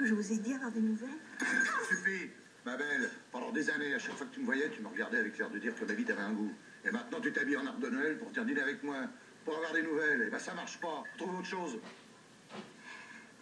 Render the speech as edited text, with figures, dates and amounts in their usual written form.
que je vous ai dit avoir des nouvelles? Suffit, ma belle. Pendant des années, à chaque fois que tu me voyais, tu me regardais avec l'air de dire que ma vie t'avait un goût. Et maintenant, tu t'habilles en arbre de Noël pour venir dîner avec moi, pour avoir des nouvelles. Et ben, ça marche pas. Trouve autre chose.